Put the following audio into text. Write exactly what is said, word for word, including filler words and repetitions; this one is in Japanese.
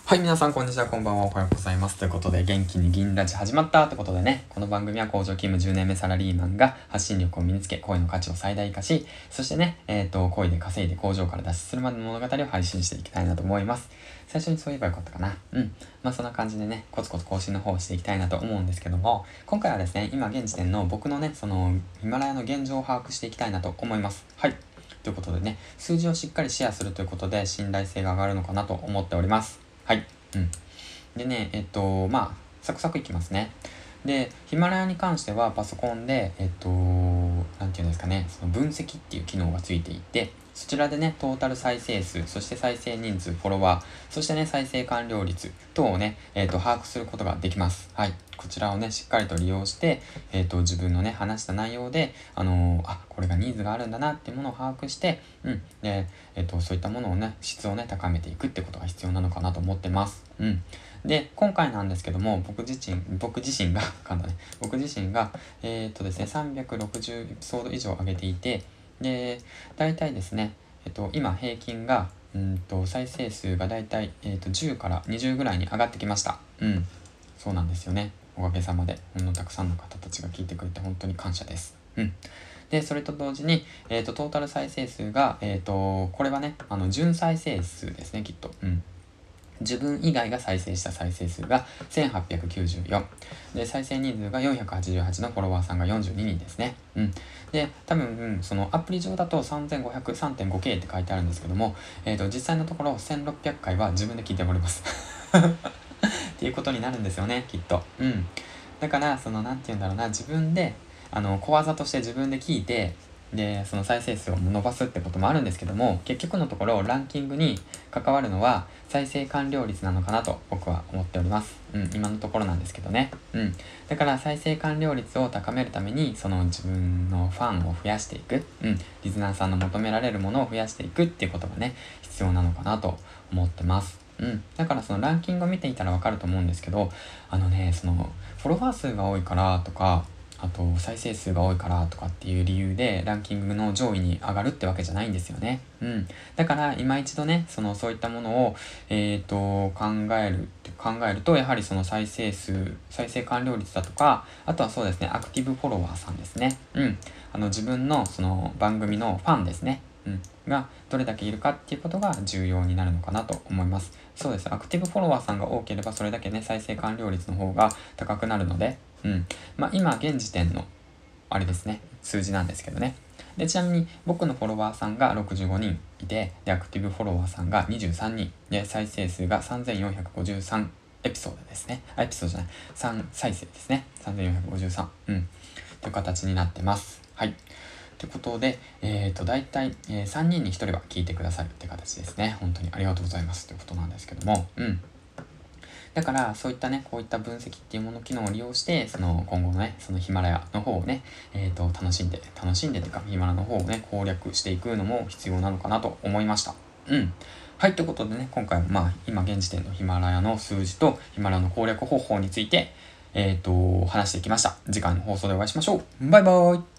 はい、皆さん、こんにちは、こんばんは、おはようございます。ということで、元気に銀ラジ始まったということでね、この番組は工場勤務じゅうねんめサラリーマンが発信力を身につけ、恋の価値を最大化し、そしてね、えっと、恋で稼いで工場から脱出するまでの物語を配信していきたいなと思います。最初にそう言えばよかったかな。うん。まあ、そんな感じでね、コツコツ更新の方をしていきたいなと思うんですけども、今回はですね、今現時点の僕のね、その、ヒマラヤの現状を把握していきたいなと思います。はい。ということでね、数字をしっかりシェアするということで、信頼性が上がるのかなと思っております。はい。うん。でね、えっと、まあ、サクサクいきますね。で、ヒマラヤに関してはパソコンで、えっと、なんていうんですかね、その分析っていう機能がついていて、そちらでね、トータル再生数、そして再生人数、フォロワー、そしてね、再生完了率等をね、えっと、把握することができます。はい。こちらをね、しっかりと利用して、えっと、自分のね、話した内容で、あのー、あ、これがニーズがあるんだなっていうものを把握して、うん。で、えっと、そういったものをね、質をね、高めていくってことが必要なのかなと思ってます。うん。で、今回なんですけども、僕自身、僕自身が、噛んだね。僕自身が、えー、っとですね、さんびゃくろくじゅうエピソード以上上げていて、で、大体ですね、えっと、今平均が、うんと、再生数が大体、えー、っと、じゅうからにじゅうぐらいに上がってきました。うん。そうなんですよね。おかげさまで、ほんのたくさんの方たちが聞いてくれて本当に感謝です。うん。で、それと同時に、えっと、トータル再生数が、えっと、これはね、あの、純再生数ですね、きっと。うん。自分以外が再生した再生数がせんはっぴゃくきゅうじゅうよん。で、再生人数がよんひゃくはちじゅうはちのフォロワーさんがよんじゅうににんですね。うん。で、多分、うん、そのアプリ上だとさんぜんごひゃく、さんてんごケー って書いてあるんですけども、えっと、実際のところせんろっぴゃくかいは自分で聞いております。っていうことになるんですよね、きっと。うん。だから、その、なんて言うんだろうな、自分で、あの、小技として自分で聞いて、で、その再生数を伸ばすってこともあるんですけども、結局のところランキングに関わるのは再生完了率なのかなと僕は思っております。うん、今のところなんですけどね。うん。だから再生完了率を高めるために、その自分のファンを増やしていく、うん、リズナーさんの求められるものを増やしていくっていうことがね、必要なのかなと思ってます。うん。だからそのランキングを見ていたらわかると思うんですけど、あのね、その、フォロワー数が多いからとか、あと、再生数が多いからとかっていう理由で、ランキングの上位に上がるってわけじゃないんですよね。うん。だから、今一度ね、その、そういったものを、えっと、考える、考えると、やはりその再生数、再生完了率だとか、あとはそうですね、アクティブフォロワーさんですね。うん。あの、自分の、その、番組のファンですね。うん。が、どれだけいるかっていうことが重要になるのかなと思います。そうです。アクティブフォロワーさんが多ければ、それだけね、再生完了率の方が高くなるので、うん。まあ、今、現時点の、あれですね、数字なんですけどね。で、ちなみに、僕のフォロワーさんがろくじゅうごにんいて、で、アクティブフォロワーさんがにじゅうさんにん、で、再生数がさんぜんよんひゃくごじゅうさんエピソードですね。あ、エピソードじゃない、さん再生ですね。さんぜんよんひゃくごじゅうさん。うん。という形になってます。はい。ということで、えっと、大体、えー、さんにんにひとりは聞いてくださるって形ですね。本当にありがとうございますということなんですけども、うん。だから、そういったね、こういった分析っていうもの機能を利用して、その今後のね、そのヒマラヤの方をね、えっと、楽しんで、楽しんでというか、ヒマラの方をね、攻略していくのも必要なのかなと思いました。うん。はい、ということでね、今回もまあ、今現時点のヒマラヤの数字とヒマラヤの攻略方法について、えっと、話していきました。次回の放送でお会いしましょう。バイバーイ。